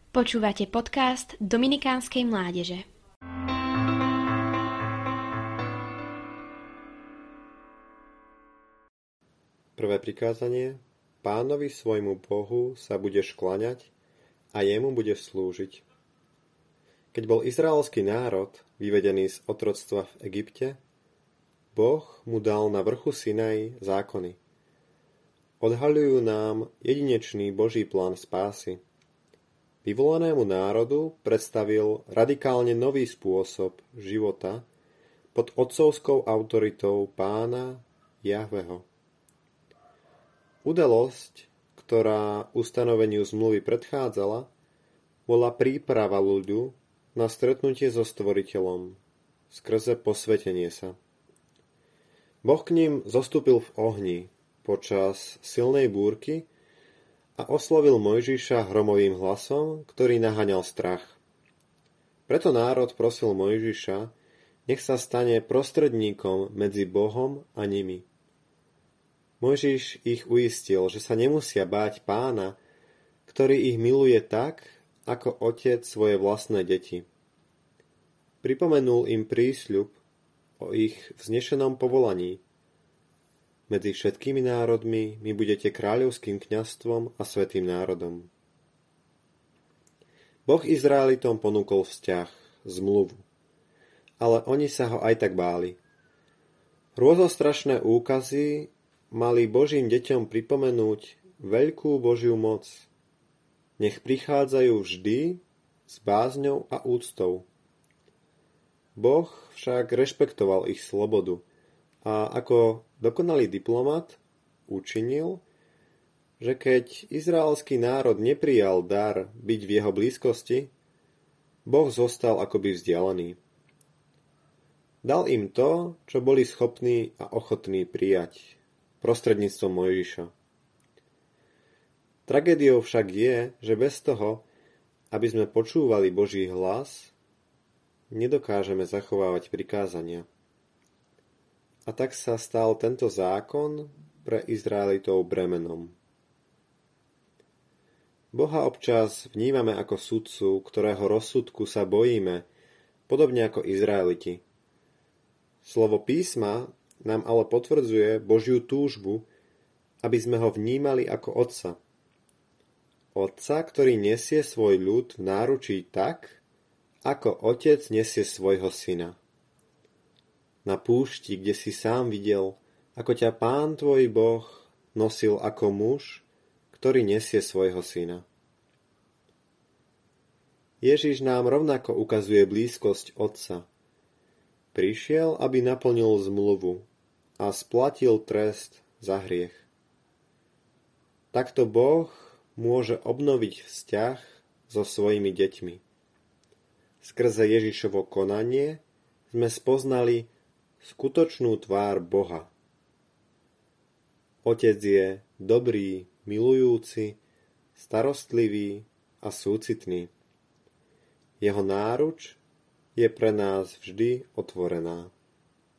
Počúvate podcast Dominikánskej mládeže. Prvé prikázanie: Pánovi svojmu Bohu sa budeš kláňať a jemu budeš slúžiť. Keď bol izraelský národ vyvedený z otroctva v Egypte, Boh mu dal na vrchu Sinaj zákony. Odhaľujú nám jedinečný Boží plán spásy. Vyvolanému národu predstavil radikálne nový spôsob života pod otcovskou autoritou Pána Jahveho. Udalosť, ktorá ustanoveniu zmluvy predchádzala, bola príprava ľudu na stretnutie so Stvoriteľom skrze posvätenie sa. Boh k ním zostúpil v ohni počas silnej búrky a oslovil Mojžiša hromovým hlasom, ktorý naháňal strach. Preto národ prosil Mojžiša, nech sa stane prostredníkom medzi Bohom a nimi. Mojžiš ich uistil, že sa nemusia báť Pána, ktorý ich miluje tak, ako otec svoje vlastné deti. Pripomenul im prísľub o ich vznešenom povolaní. Medzi všetkými národmi mi budete kráľovským kňazstvom a svätým národom. Boh Izraelitom ponúkol vzťah, zmluvu, ale oni sa ho aj tak báli. Hrôzostrašné úkazy mali Božím deťom pripomenúť veľkú Božiu moc. Nech prichádzajú vždy s bázňou a úctou. Boh však rešpektoval ich slobodu a ako dokonalý diplomat učinil, že keď izraelský národ neprijal dar byť v jeho blízkosti, Boh zostal akoby vzdialený. Dal im to, čo boli schopní a ochotní prijať, prostredníctvom Mojžiša. Tragédiou však je, že bez toho, aby sme počúvali Boží hlas, nedokážeme zachovávať prikázania. A tak sa stal tento zákon pre Izraelitov bremenom. Boha občas vnímame ako sudcu, ktorého rozsudku sa bojíme, podobne ako Izraeliti. Slovo písma nám ale potvrdzuje Božiu túžbu, aby sme ho vnímali ako otca. Otca, ktorý nesie svoj ľud v náručí tak, ako otec nesie svojho syna. Na púšti, kde si sám videl, ako ťa Pán tvoj Boh nosil ako muž, ktorý nesie svojho syna. Ježiš nám rovnako ukazuje blízkosť Otca. Prišiel, aby naplnil zmluvu a splatil trest za hriech. Takto Boh môže obnoviť vzťah so svojimi deťmi. Skrze Ježišovo konanie sme spoznali skutočnú tvár Boha. Otec je dobrý, milujúci, starostlivý a súcitný. Jeho náruč je pre nás vždy otvorená.